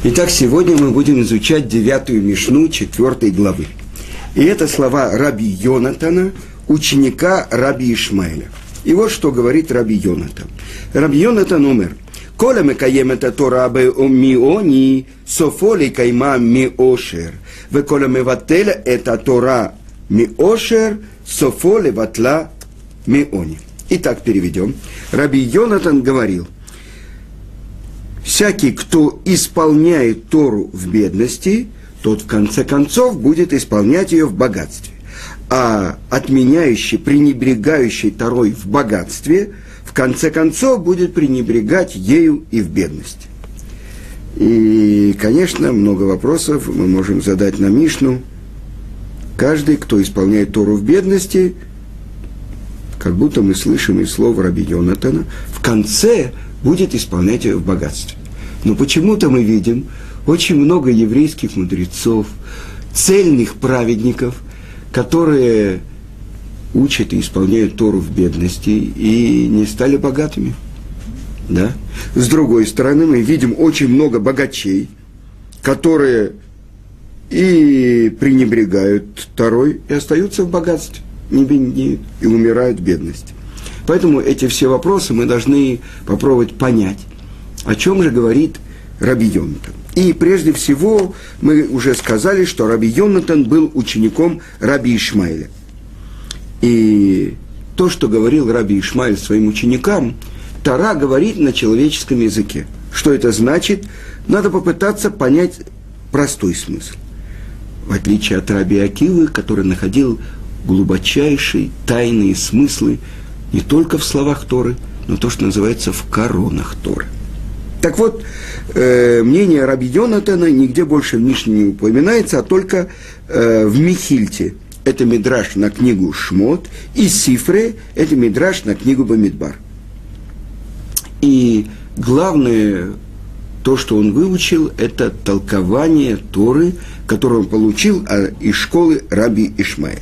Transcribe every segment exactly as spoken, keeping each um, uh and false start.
Итак, сегодня мы будем изучать девятую мишну четвертой главы. И это слова Раби Йонатана, ученика Раби Ишмаэля. И вот что говорит Раби Йонатан. Раби Йонатан умер. «Коля мекаем это Тора бе миони, софоли кайма миошер. Ве коля мевателя это Тора миошер, софоли ватла миони». Итак, переведем. Раби Йонатан говорил: всякий, кто исполняет Тору в бедности, тот в конце концов будет исполнять ее в богатстве. А отменяющий, пренебрегающий Торой в богатстве, в конце концов будет пренебрегать ею и в бедности. И, конечно, много вопросов мы можем задать на Мишну. Каждый, кто исполняет Тору в бедности, как будто мы слышим из слов Раби Йонатана, в конце будет исполнять ее в богатстве. Но почему-то мы видим очень много еврейских мудрецов, цельных праведников, которые учат и исполняют Тору в бедности и не стали богатыми. Да? С другой стороны, мы видим очень много богачей, которые и пренебрегают Торой, и остаются в богатстве, не беднеют и умирают в бедности. Поэтому эти все вопросы мы должны попробовать понять, о чем же говорит Раби Йонатан. И прежде всего мы уже сказали, что Раби Йонатан был учеником Раби Ишмаэля. И то, что говорил Раби Ишмаэль своим ученикам, Тора говорит на человеческом языке. Что это значит? Надо попытаться понять простой смысл. В отличие от Раби Акивы, который находил глубочайшие тайные смыслы не только в словах Торы, но то, что называется в коронах Торы. Так вот, э, мнение Раби Йонатана нигде больше в Мишне не упоминается, а только э, в Мехильте. Это мидраш на книгу Шмот, и Сифре – это мидраш на книгу Бамидбар. И главное, то, что он выучил, это толкование Торы, которое он получил из школы Раби Ишмаэля.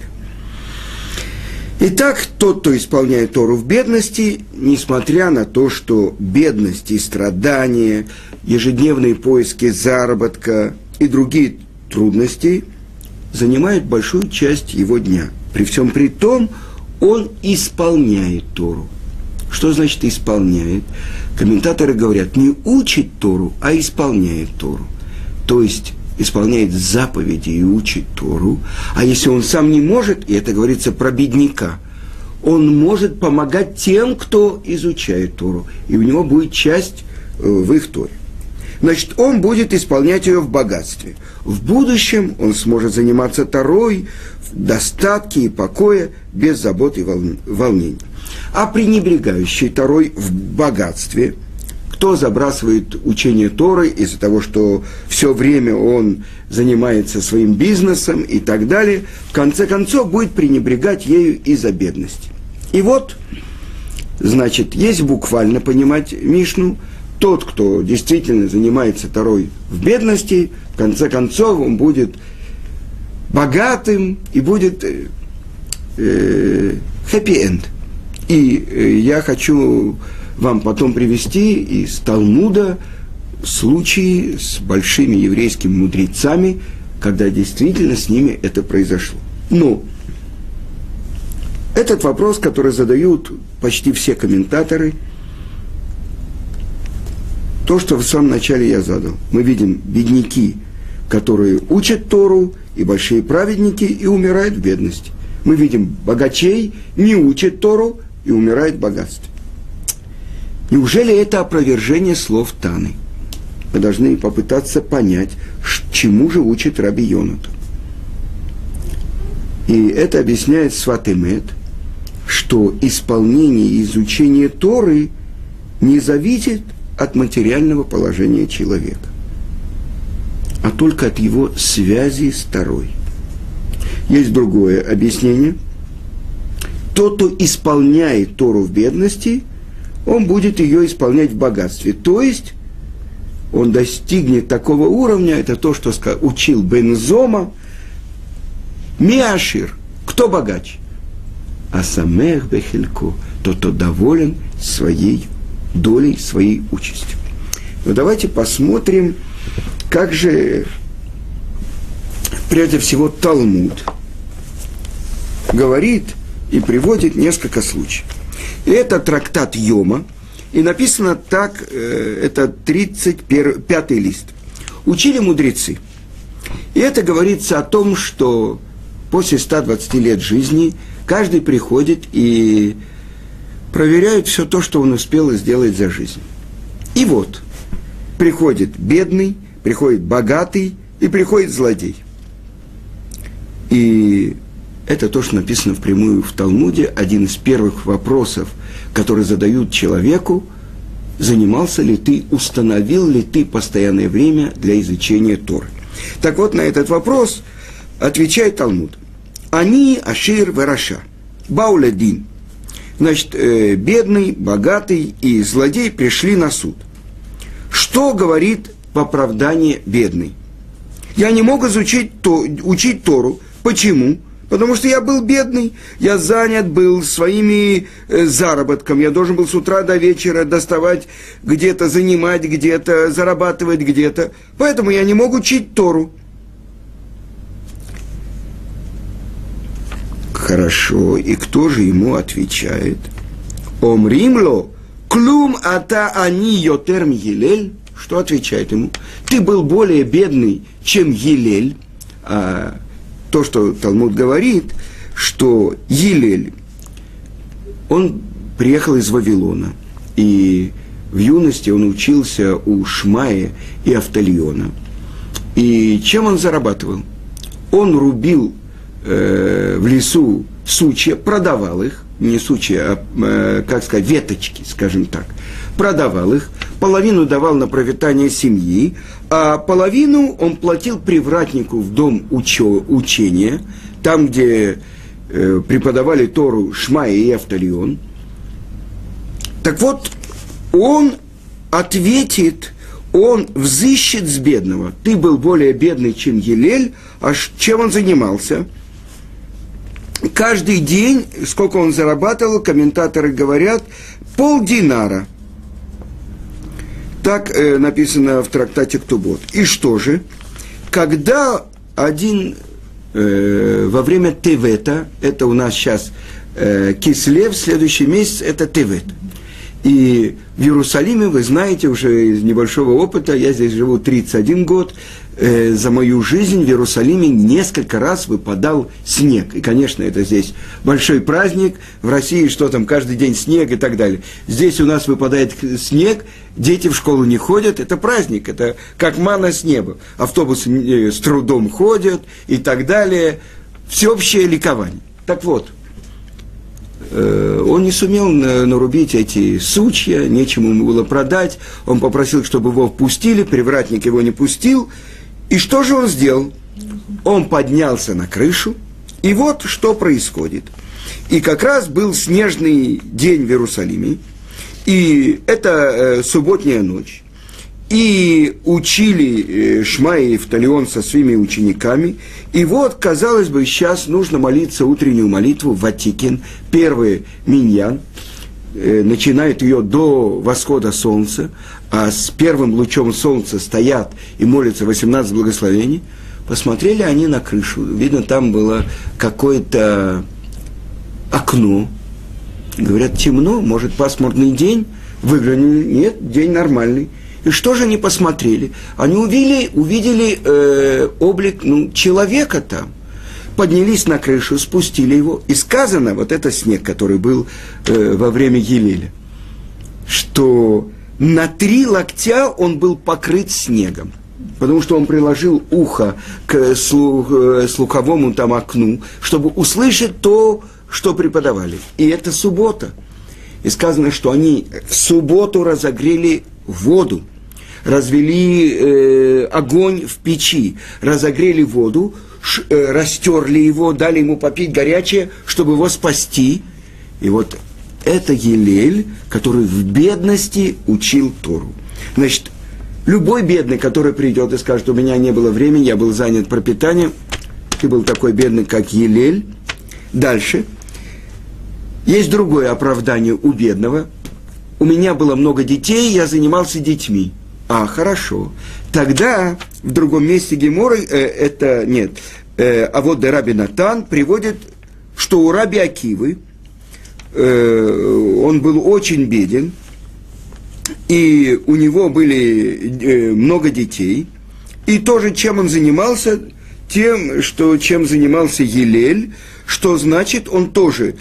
Итак, тот, кто исполняет Тору в бедности, несмотря на то, что бедность и страдания, ежедневные поиски заработка и другие трудности занимают большую часть его дня. При всем при том, он исполняет Тору. Что значит исполняет? Комментаторы говорят, не учит Тору, а исполняет Тору. То есть исполняет заповеди и учит Тору, а если он сам не может, и это говорится про бедняка, он может помогать тем, кто изучает Тору, и у него будет часть э, в их Торе. Значит, он будет исполнять ее в богатстве. В будущем он сможет заниматься Торой в достатке и покое, без забот и волнений. А пренебрегающий Торой в богатстве, кто забрасывает учение Торы из-за того, что все время он занимается своим бизнесом и так далее, в конце концов будет пренебрегать ею из-за бедности. И вот, значит, если буквально понимать Мишну, тот, кто действительно занимается Торой в бедности, в конце концов он будет богатым и будет хэппи-энд. И э, я хочу вам потом привести из Талмуда случаи с большими еврейскими мудрецами, когда действительно с ними это произошло. Но этот вопрос, который задают почти все комментаторы, то, что в самом начале я задал. Мы видим бедняки, которые учат Тору, и большие праведники, и умирают в бедности. Мы видим богачей, не учат Тору, и умирают в богатстве. Неужели это опровержение слов Таны? Мы должны попытаться понять, чему же учит Раби Йонатан. И это объясняет Сват Эмет, что исполнение и изучение Торы не зависит от материального положения человека, а только от его связи с Торой. Есть другое объяснение. Тот, кто исполняет Тору в бедности, он будет ее исполнять в богатстве. То есть, он достигнет такого уровня, это то, что учил Бен Зома, Миашир, кто богач? Асамех бехелько, тот, кто доволен своей долей, своей участью. Но давайте посмотрим как же, прежде всего, Талмуд говорит и приводит несколько случаев. И это трактат Йома, и написано так, это тридцать пятый лист. Учили мудрецы. И это говорится о том, что после ста двадцати лет жизни каждый приходит и проверяет все то, что он успел сделать за жизнь. И вот, приходит бедный, приходит богатый и приходит злодей. И это то, что написано впрямую в Талмуде. Один из первых вопросов, которые задают человеку: занимался ли ты, установил ли ты постоянное время для изучения Торы? Так вот, на этот вопрос отвечает Талмуд. Они ашир вераша, бауледин. Значит, э, бедный, богатый и злодей пришли на суд. Что говорит в оправдании бедный? Я не мог изучить то, учить Тору. Почему? Потому что я был бедный, я занят был своими э, заработками, я должен был с утра до вечера доставать где-то, занимать где-то, зарабатывать где-то. Поэтому я не мог учить Тору. Хорошо, и кто же ему отвечает? Омримло, клум ата ани йотерм Гилель. Что отвечает ему? Ты был более бедный, чем Гилель. А то, что Талмуд говорит, что Гилель, он приехал из Вавилона, и в юности он учился у Шмая и Автальона. И чем он зарабатывал? Он рубил э, в лесу сучья, продавал их, не сучья, а, э, как сказать, веточки, скажем так, продавал их, половину давал на пропитание семьи, а половину он платил привратнику в дом учё, учения, там, где э, преподавали Тору Шмая и Автальон. Так вот, он ответит, он взыщет с бедного. Ты был более бедный, чем Гилель, а чем он занимался? Каждый день, сколько он зарабатывал, комментаторы говорят, полдинара. Так э, написано в трактате Ктубот. И что же? Когда один э, во время Тевета, это у нас сейчас э, Кислев, следующий месяц это Тевет. И в Иерусалиме, вы знаете уже из небольшого опыта, я здесь живу тридцать один год, э, за мою жизнь в Иерусалиме несколько раз выпадал снег. И, конечно, это здесь большой праздник, в России что там, каждый день снег и так далее. Здесь у нас выпадает снег, дети в школу не ходят, это праздник, это как манна с неба. Автобусы с трудом ходят и так далее. Всеобщее ликование. Так вот, он не сумел нарубить эти сучья, нечему ему было продать. Он попросил, чтобы его впустили, привратник его не пустил. И что же он сделал? Он поднялся на крышу, и вот что происходит. И как раз был снежный день в Иерусалиме, и это э, субботняя ночь. И учили э, Шмай и Автальон со своими учениками. И вот, казалось бы, сейчас нужно молиться утреннюю молитву Ватикин, первый миньян, э, начинает ее до восхода солнца, а с первым лучом солнца стоят и молятся восемнадцать благословений. Посмотрели они на крышу, видно, там было какое-то окно. Говорят, темно, может, пасмурный день. Выглянули, нет, день нормальный. И что же они посмотрели? Они увидели, увидели э, облик ну, человека там. Поднялись на крышу, спустили его. И сказано, вот это снег, который был э, во время Гилеля, что на три локтя он был покрыт снегом. Потому что он приложил ухо к слух, э, слуховому там окну, чтобы услышать то, что преподавали. И это суббота. И сказано, что они в субботу разогрели воду, развели э, огонь в печи, разогрели воду, ш, э, растерли его, дали ему попить горячее, чтобы его спасти. И вот это Гилель, который в бедности учил Тору. Значит, любой бедный, который придет и скажет, у меня не было времени, я был занят пропитанием, ты был такой бедный, как Гилель. Дальше. Есть другое оправдание у бедного. У меня было много детей, я занимался детьми. А, хорошо. Тогда в другом месте Геморы, э, это, нет, э, а вот Раби Натан приводит, что у Раби Акивы, э, он был очень беден, и у него были э, много детей, и тоже чем он занимался, тем, что, чем занимался Елель, что значит, он тоже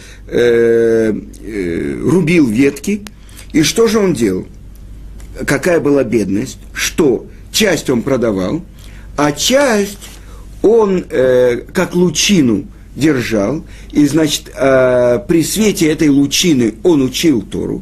э, э, рубил ветки, и что же он делал? Какая была бедность? Что часть он продавал, а часть он э, как лучину держал, и, значит, э, при свете этой лучины он учил Тору,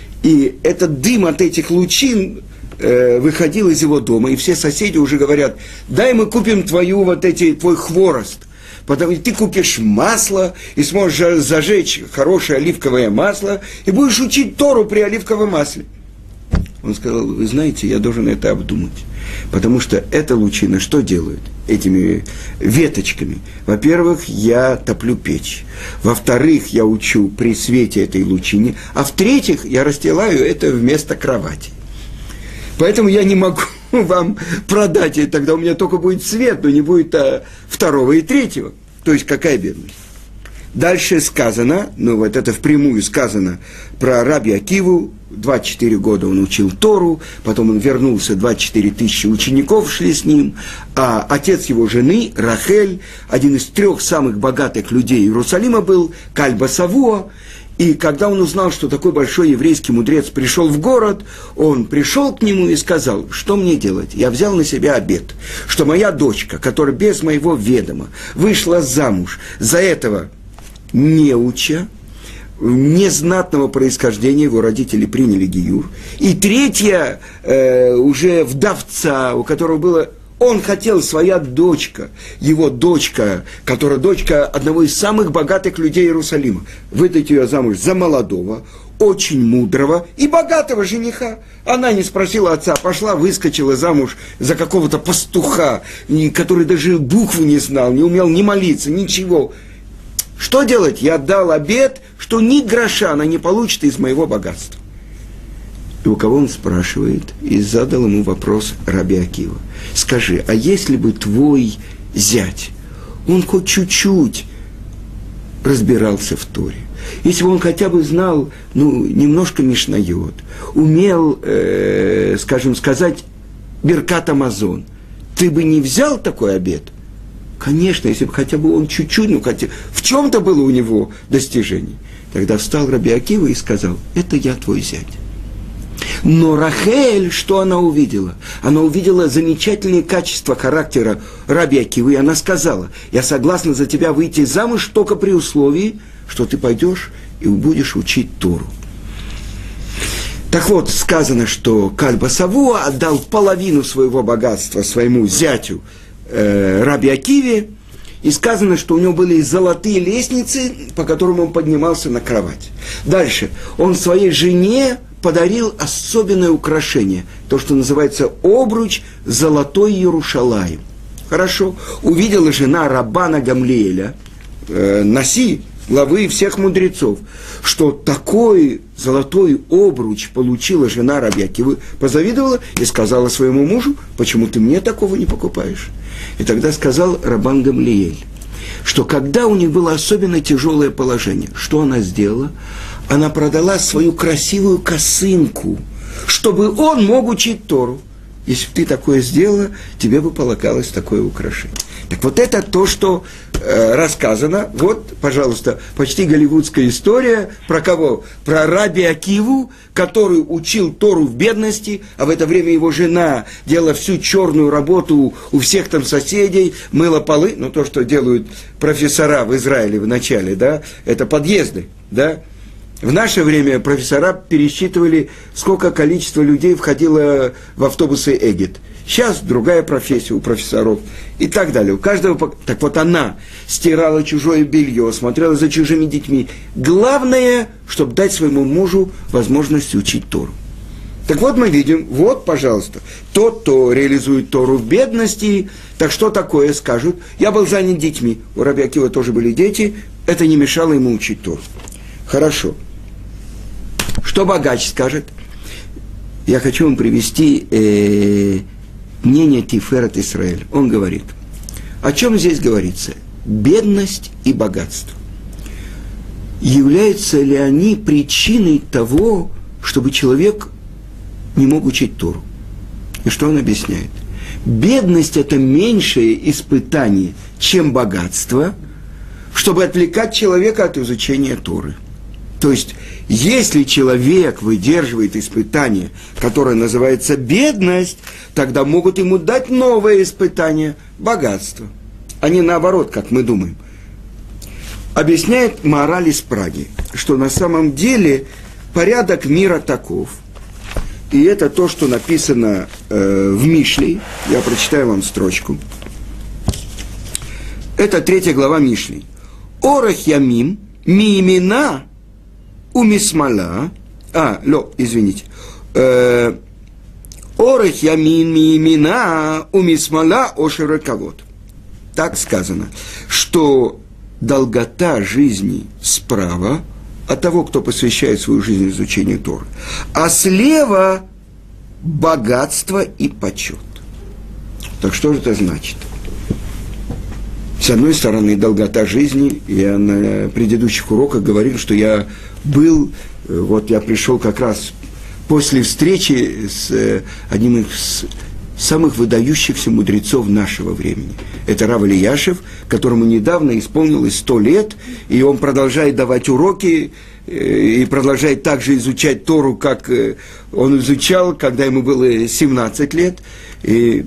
и этот дым от этих лучин э, выходил из его дома, и все соседи уже говорят: дай мы купим твою вот эти, твой хворост, потому что ты купишь масло и сможешь зажечь хорошее оливковое масло, и будешь учить Тору при оливковом масле. Он сказал: вы знаете, я должен это обдумать, потому что эта лучина что делает этими веточками? Во-первых, я топлю печь, во-вторых, я учу при свете этой лучине, а в-третьих, я расстилаю это вместо кровати. Поэтому я не могу вам продать, и тогда у меня только будет свет, но не будет а, второго и третьего. То есть какая бедность? Дальше сказано, ну вот это впрямую сказано про Раби Акиву. двадцать четыре года он учил Тору, потом он вернулся, двадцать четыре тысячи учеников шли с ним, а отец его жены, Рахель, один из трех самых богатых людей Иерусалима был, Кальба Савуа, и когда он узнал, что такой большой еврейский мудрец пришел в город, он пришел к нему и сказал: что мне делать? Я взял на себя обет, что моя дочка, которая без моего ведома вышла замуж за этого неуча, незнатного происхождения, его родители приняли гиюр, и третья э, уже вдовца, у которого было, он хотел, своя дочка, его дочка, которая дочка одного из самых богатых людей Иерусалима, выдать ее замуж за молодого, очень мудрого и богатого жениха. Она не спросила отца, пошла, выскочила замуж за какого-то пастуха, который даже букву не знал, не умел ни молиться, ничего. Что делать? Я дал обет, что ни гроша она не получит из моего богатства. И у кого он спрашивает, и задал ему вопрос Раби Акива: скажи, а если бы твой зять, он хоть чуть-чуть разбирался в Торе, если бы он хотя бы знал, ну, немножко мишнайот, умел, э, скажем, сказать Беркат Амазон, ты бы не взял такой обет? Конечно, если бы хотя бы он чуть-чуть, ну, хотя в чем-то было у него достижение. Тогда встал Раби Акива и сказал: это я твой зять. Но Рахель, что она увидела? Она увидела замечательные качества характера Раби Акивы, и она сказала: я согласна за тебя выйти замуж только при условии, что ты пойдешь и будешь учить Тору. Так вот, сказано, что Кальба Савуа отдал половину своего богатства своему зятю э, Раби Акиве, и сказано, что у него были золотые лестницы, по которым он поднимался на кровать. Дальше. Он своей жене подарил особенное украшение, то, что называется обруч «Золотой Иерушалаим». Хорошо. Увидела жена Раббана Гамлиэля, э, Наси, главы всех мудрецов, что такой золотой обруч получила жена Раби Акивы, позавидовала и сказала своему мужу: почему ты мне такого не покупаешь? И тогда сказал Раббан Гамлиэль, что когда у них было особенно тяжелое положение, что она сделала? Она продала свою красивую косынку, чтобы он мог учить Тору. Если бы ты такое сделала, тебе бы полагалось такое украшение. Так вот это то, что э, рассказано. Вот, пожалуйста, почти голливудская история. Про кого? Про Раби Акиву, который учил Тору в бедности, а в это время его жена делала всю черную работу у всех там соседей, мыла полы. Ну, то, что делают профессора в Израиле в начале, да, это подъезды, да. В наше время профессора пересчитывали, сколько количество людей входило в автобусы Эгет. Сейчас другая профессия у профессоров и так далее. У каждого... Так вот она стирала чужое белье, смотрела за чужими детьми. Главное, чтобы дать своему мужу возможность учить Тору. Так вот мы видим, вот, пожалуйста, тот, кто реализует Тору в бедности, так что такое скажут? Я был занят детьми, у Раби Акивы тоже были дети, это не мешало ему учить Тору. Хорошо. Что богач скажет? я хочу вам привести э, мнение Тиферет Исраэль. Он говорит, о чем здесь говорится? Бедность и богатство. Являются ли они причиной того, чтобы человек не мог учить Тору? И что он объясняет? Бедность – это меньшее испытание, чем богатство, чтобы отвлекать человека от изучения Торы. То есть, если человек выдерживает испытание, которое называется бедность, тогда могут ему дать новое испытание – богатство, а не наоборот, как мы думаем. Объясняет Маораль из Праги, что на самом деле порядок мира таков. И это то, что написано э, в Мишле. Я прочитаю вам строчку. Это третья глава Мишли. Орах ямим миимина умисмала. А, ло, извините. Э, Орах ямин миимина умисмала ошераковод. Так сказано, что долгота жизни справа от того, кто посвящает свою жизнь изучению Торы, а слева богатство и почет. Так что же это значит? С одной стороны, долгота жизни. Я на предыдущих уроках говорил, что я был, вот я пришел как раз после встречи с одним из самых выдающихся мудрецов нашего времени. Это Рав Элияшев, которому недавно исполнилось сто лет, и он продолжает давать уроки, и продолжает также изучать Тору, как он изучал, когда ему было семнадцать лет, и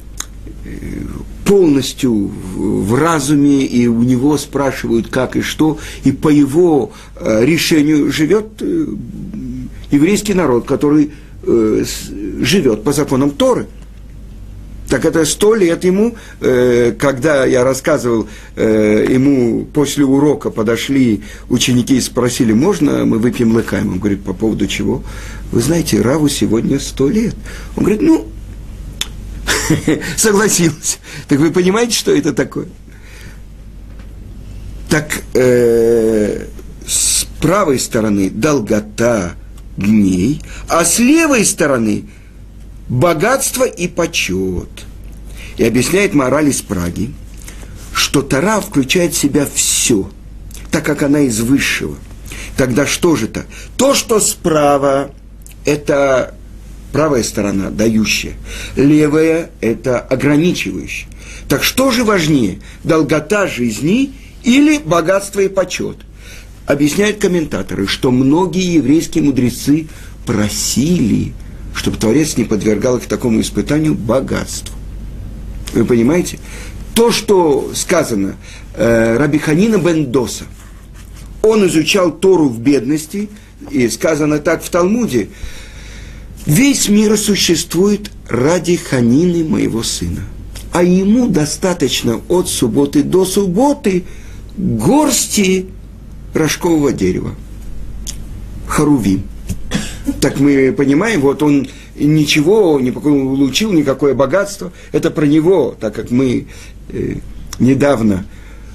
полностью в разуме, и у него спрашивают, как и что, и по его решению живет еврейский народ, который живет по законам Торы. Так это сто лет ему, э, когда я рассказывал, э, ему после урока подошли ученики и спросили, можно мы выпьем лыкаем? Он говорит, по поводу чего? Вы знаете, Раву сегодня сто лет. Он говорит, ну, согласился. Так вы понимаете, что это такое? Так э, с правой стороны долгота дней, а с левой стороны богатство и почет. И объясняет Маораль из Праги, что Тора включает в себя все, так как она из высшего. Тогда что же это? То, что справа, это правая сторона, дающая. Левая – это ограничивающая. Так что же важнее, долгота жизни или богатство и почет? Объясняют комментаторы, что многие еврейские мудрецы просили, чтобы Творец не подвергал их такому испытанию богатству. Вы понимаете? То, что сказано э, Раби Ханина бен Доса, он изучал Тору в бедности, и сказано так в Талмуде, весь мир существует ради Ханины моего сына, а ему достаточно от субботы до субботы горсти рожкового дерева, харувим. Так мы понимаем, вот он ничего не получил, никакое богатство. Это про него, так как мы э, недавно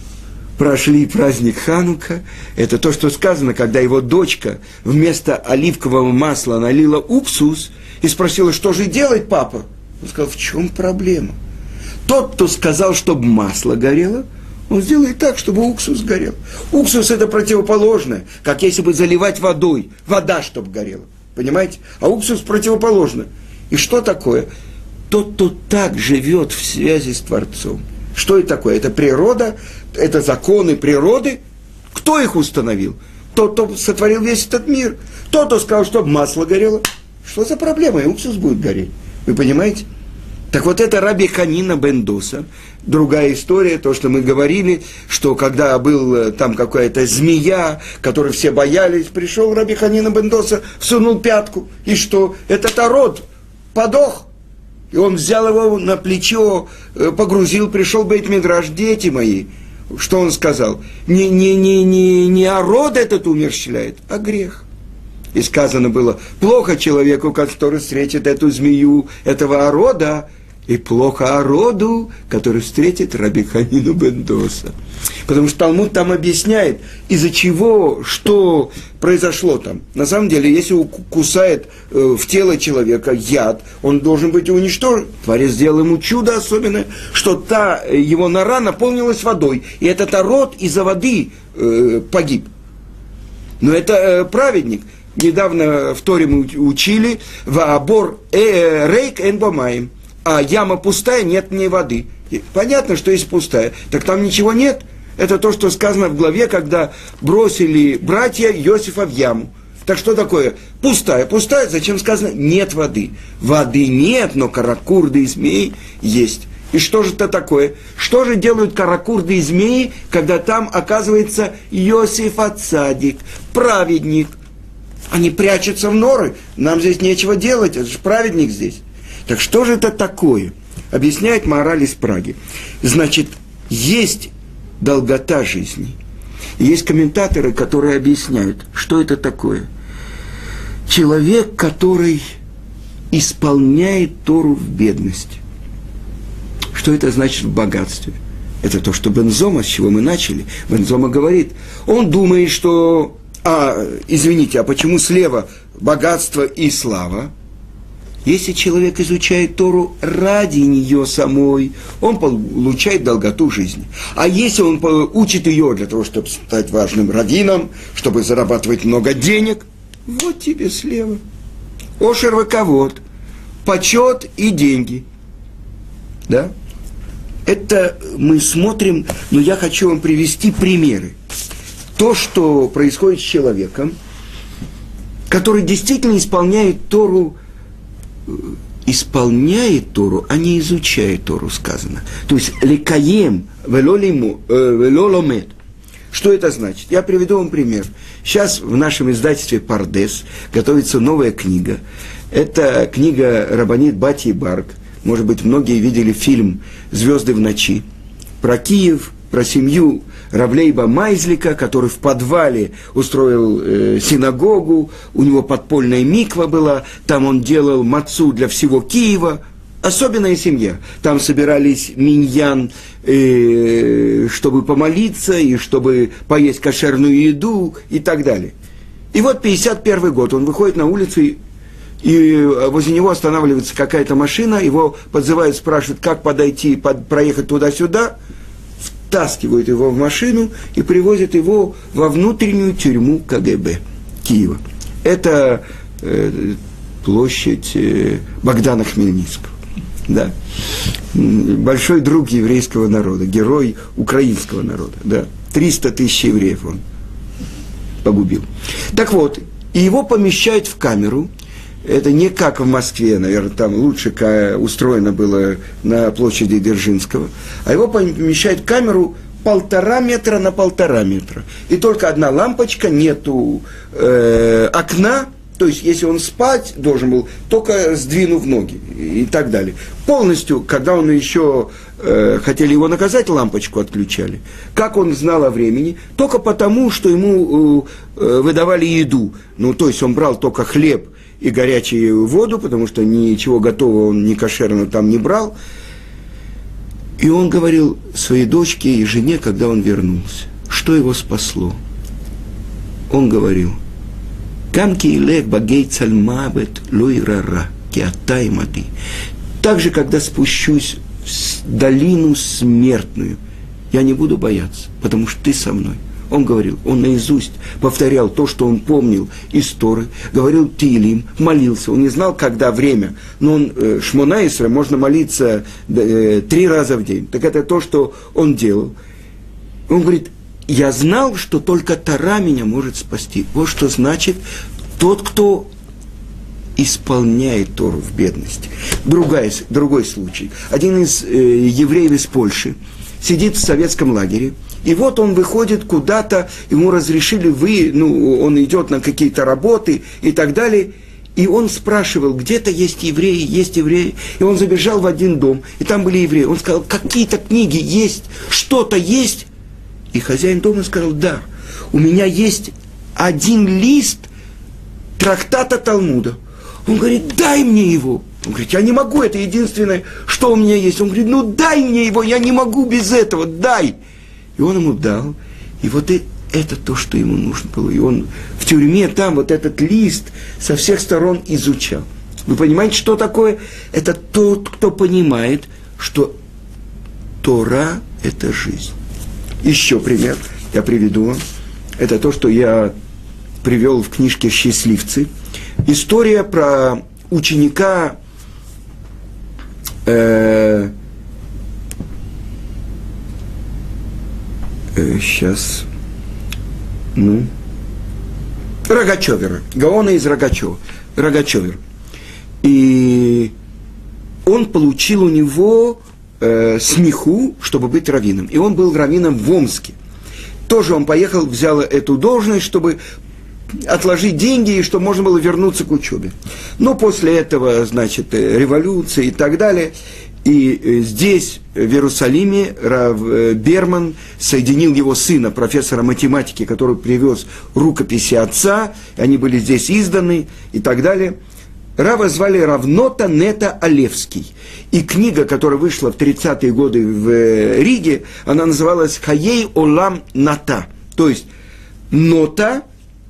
прошли праздник Ханука. Это то, что сказано, когда его дочка вместо оливкового масла налила уксус и спросила, что же делать, папа? Он сказал, в чем проблема? Тот, кто сказал, чтобы масло горело, он сделает так, чтобы уксус горел. Уксус – это противоположное, как если бы заливать водой, вода, чтобы горела. Понимаете? А уксус противоположно. И что такое? Тот, кто так живет в связи с Творцом. Что это такое? Это природа, это законы природы. Кто их установил? Тот, кто сотворил весь этот мир. Тот, кто сказал, чтобы масло горело. Что за проблема? И уксус будет гореть. Вы понимаете? Так вот это Раби Ханина бен Доса. Другая история, то, что мы говорили, что когда был там какая-то змея, которой все боялись, пришел Раби Ханина бен Доса, всунул пятку, и что? Этот арод подох. И он взял его на плечо, погрузил, пришел бейт-мидраш, дети мои. Что он сказал? Не, не, не, не, не арод этот умерщвляет, а грех. И сказано было, плохо человеку, который встретит эту змею, этого арода, и плохо о роду, который встретит Раби Ханину бен Доса. Потому что Талмуд там объясняет, из-за чего, что произошло там. На самом деле, если кусает э, в тело человека яд, он должен быть уничтожен. Творец сделал ему чудо особенное, что та его нора наполнилась водой, и этот род из-за воды э, погиб. Но это э, праведник. Недавно в Торе мы учили «Ваабор э, рейк эн бамаим», а яма пустая, нет в ней воды. И понятно, что есть пустая, так там ничего нет. Это то, что сказано в главе, когда бросили братья Иосифа в яму. Так что такое? Пустая. Пустая, зачем сказано? Нет воды. Воды нет, но каракурды и змеи есть. И что же это такое? Что же делают каракурды и змеи, когда там оказывается Иосиф ацадик, праведник? Они прячутся в норы. Нам здесь нечего делать, это же праведник здесь. Так что же это такое? Объясняет Маораль из Праги. Значит, есть долгота жизни. И есть комментаторы, которые объясняют, что это такое. Человек, который исполняет Тору в бедности. Что это значит в богатстве? Это то, что Бен-Зома, с чего мы начали. Бен-Зома говорит, он думает, что... А, извините, а почему слева богатство и слава? Если человек изучает Тору ради нее самой, он получает долготу жизни. А если он учит ее для того, чтобы стать важным раввином, чтобы зарабатывать много денег, вот тебе слева. Ошер вековод, почет и деньги. Да? Это мы смотрим, но я хочу вам привести примеры. То, что происходит с человеком, который действительно исполняет Тору, исполняет Тору, а не изучает Тору, сказано. То есть, лекаем, велоломет. Что это значит? Я приведу вам пример. Сейчас в нашем издательстве «Пардес» готовится новая книга. Это книга Рабанит Батьи Барг. Может быть, многие видели фильм «Звезды в ночи» про Киев, про семью Равлейба Майзлика, который в подвале устроил э, синагогу, у него подпольная миква была, там он делал мацу для всего Киева. Особенная семья. Там собирались миньян, э, чтобы помолиться, и чтобы поесть кошерную еду, и так далее. И вот пятьдесят первый год, он выходит на улицу, и, и возле него останавливается какая-то машина, его подзывают, спрашивают, как подойти, под, проехать туда-сюда, втаскивают его в машину и привозят его во внутреннюю тюрьму ка гэ бэ Киева. Это э, площадь э, Богдана Хмельницкого. Да. Большой друг еврейского народа, герой украинского народа. Да. триста тысяч евреев он погубил. Так вот, и его помещают в камеру. Это не как в Москве, наверное, там лучше устроено было на площади Дзержинского. А его помещают в камеру полтора метра на полтора метра. И только одна лампочка, нету э, окна. То есть, если он спать должен был, только сдвинув ноги и так далее. Полностью, когда он еще э, хотели его наказать, лампочку отключали. Как он знал о времени? Только потому, что ему э, выдавали еду. Ну, то есть, он брал только хлеб и горячую воду, потому что ничего готового он ни кошерного там не брал. И он говорил своей дочке и жене, когда он вернулся, что его спасло. Он говорил: также, когда спущусь в долину смертную, я не буду бояться, потому что ты со мной. Он говорил, он наизусть повторял то, что он помнил из Торы, говорил Тилим, молился. Он не знал, когда время, но он, э, Шмона Исра, можно молиться э, три раза в день. Так это то, что он делал. Он говорит, я знал, что только Тора меня может спасти. Вот что значит тот, кто исполняет Тору в бедности. Другая, другой случай. Один из э, евреев из Польши сидит в советском лагере, и вот он выходит куда-то, ему разрешили, вы, ну, он идет на какие-то работы и так далее, и он спрашивал, где-то есть евреи, есть евреи, и он забежал в один дом, и там были евреи, он сказал, какие-то книги есть, что-то есть, и хозяин дома сказал, да, у меня есть один лист трактата Талмуда. Он говорит, дай мне его. Он говорит, я не могу, это единственное, что у меня есть. Он говорит, ну дай мне его, я не могу без этого, дай. И он ему дал. И вот это то, что ему нужно было. И он в тюрьме там вот этот лист со всех сторон изучал. Вы понимаете, что такое? Это тот, кто понимает, что Тора – это жизнь. Еще пример я приведу вам. Это то, что я привел в книжке «Счастливцы». История про ученика э, э, сейчас, ну, Рогачевера, Гаона из Рогачева, Рогачевер. И он получил у него э, смеху, чтобы быть раввином. И он был раввином в Омске. Тоже он поехал, взял эту должность, чтобы отложить деньги, и чтобы можно было вернуться к учебе. Но после этого, значит, революция и так далее. И здесь, в Иерусалиме, Рав Берман соединил его сына, профессора математики, который привез рукописи отца, и они были здесь изданы и так далее. Рава звали Равнота Нета Алевский. И книга, которая вышла в тридцатые годы в Риге, она называлась «Хаей Олам Ната». То есть «Нота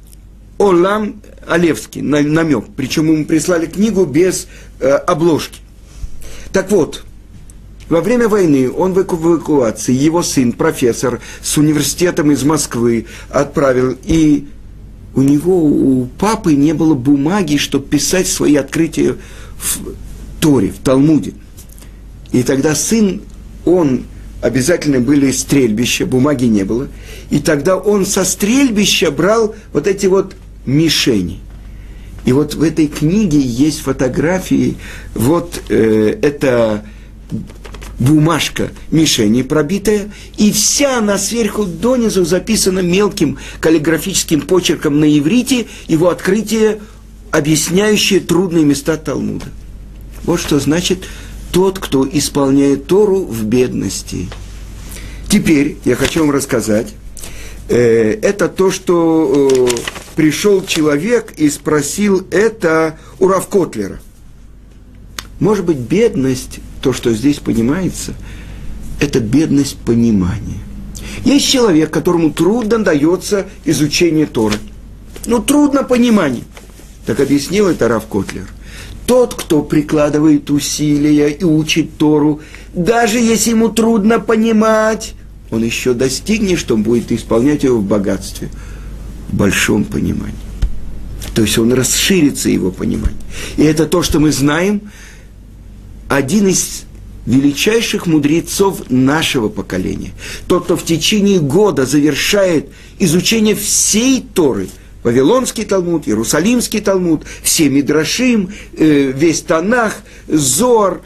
Олам Алевский», намек. Причем ему прислали книгу без э, обложки. Так вот, во время войны он в эвакуации, его сын, профессор с университетом из Москвы, отправил, и у него, у папы не было бумаги, чтобы писать свои открытия в Торе, в Талмуде. И тогда сын, он, обязательно были стрельбища, бумаги не было, и тогда он со стрельбища брал вот эти вот мишени. И вот в этой книге есть фотографии, вот э, эта бумажка мишени пробитая, и вся она сверху донизу записана мелким каллиграфическим почерком на иврите, его открытие, объясняющее трудные места Талмуда. Вот что значит тот, кто исполняет Тору в бедности. Теперь я хочу вам рассказать, э, это то, что э, пришел человек и спросил это у Рав Котлера. Может быть, бедность, то, что здесь понимается, это бедность понимания. Есть человек, которому трудно дается изучение Торы. Ну, трудно понимание. Так объяснил это Рав Котлер. Тот, кто прикладывает усилия и учит Тору, даже если ему трудно понимать, он еще достигнет, что он будет исполнять его в богатстве, в большом понимании. То есть он расширится, его понимание. И это то, что мы знаем. Один из величайших мудрецов нашего поколения, тот, кто в течение года завершает изучение всей Торы, Вавилонский Талмуд, Иерусалимский Талмуд, все Мидрашим, э, весь Танах, Зоар,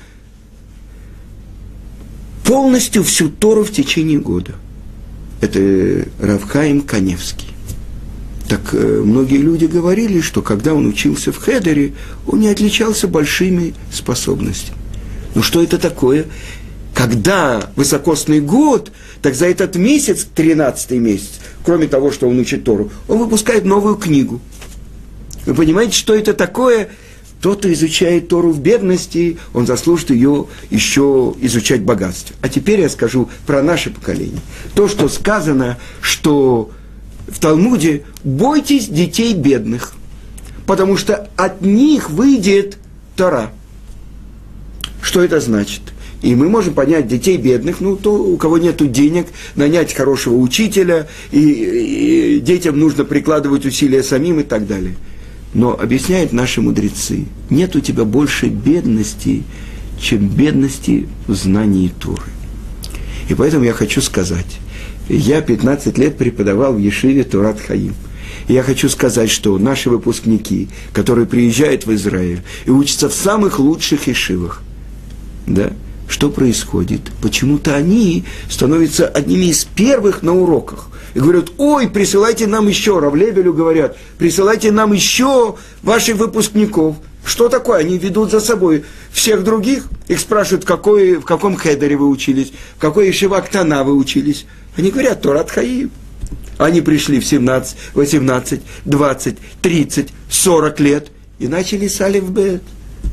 полностью всю Тору в течение года. Это Рав Хаим Каневский. Так э, многие люди говорили, что когда он учился в Хедере, он не отличался большими способностями. Ну что это такое? Когда высокосный год, так за этот месяц, тринадцатый месяц, кроме того, что он учит Тору, он выпускает новую книгу. Вы понимаете, что это такое? Тот, кто изучает Тору в бедности, он заслужит ее еще изучать в богатстве. А теперь я скажу про наше поколение. То, что сказано, что в Талмуде «бойтесь детей бедных», потому что от них выйдет Тора. Что это значит? И мы можем понять детей бедных, ну, то, у кого нет денег, нанять хорошего учителя, и, и детям нужно прикладывать усилия самим и так далее. Но объясняют наши мудрецы, нет у тебя больше бедности, чем бедности в знании Торы. И поэтому я хочу сказать, я пятнадцать лет преподавал в Ешиве Торат Хаим. И я хочу сказать, что наши выпускники, которые приезжают в Израиль и учатся в самых лучших ешивах, да, что происходит? Почему-то они становятся одними из первых на уроках. И говорят, ой, присылайте нам еще, Рав Лебелю говорят, присылайте нам еще ваших выпускников. Что такое? Они ведут за собой всех других. Их спрашивают, в, какой, в каком хедере вы учились, в какой ешива Ктана вы учились. Они говорят, Торат Хаим. Они пришли в семнадцать, восемнадцать, двадцать, тридцать, сорок лет и начали с алиф бет.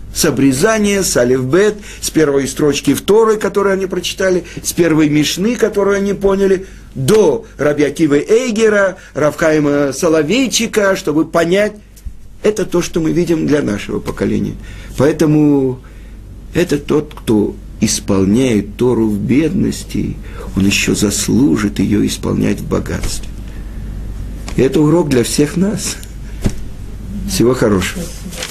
С обрезания, с алифбет, с первой строчки в Торы, которую они прочитали, с первой мишны, которую они поняли, до Раби Акивы Эйгера, Рав Хаима Соловейчика, чтобы понять, это то, что мы видим для нашего поколения. Поэтому это тот, кто исполняет Тору в бедности, он еще заслужит ее исполнять в богатстве. И это урок для всех нас. Всего хорошего.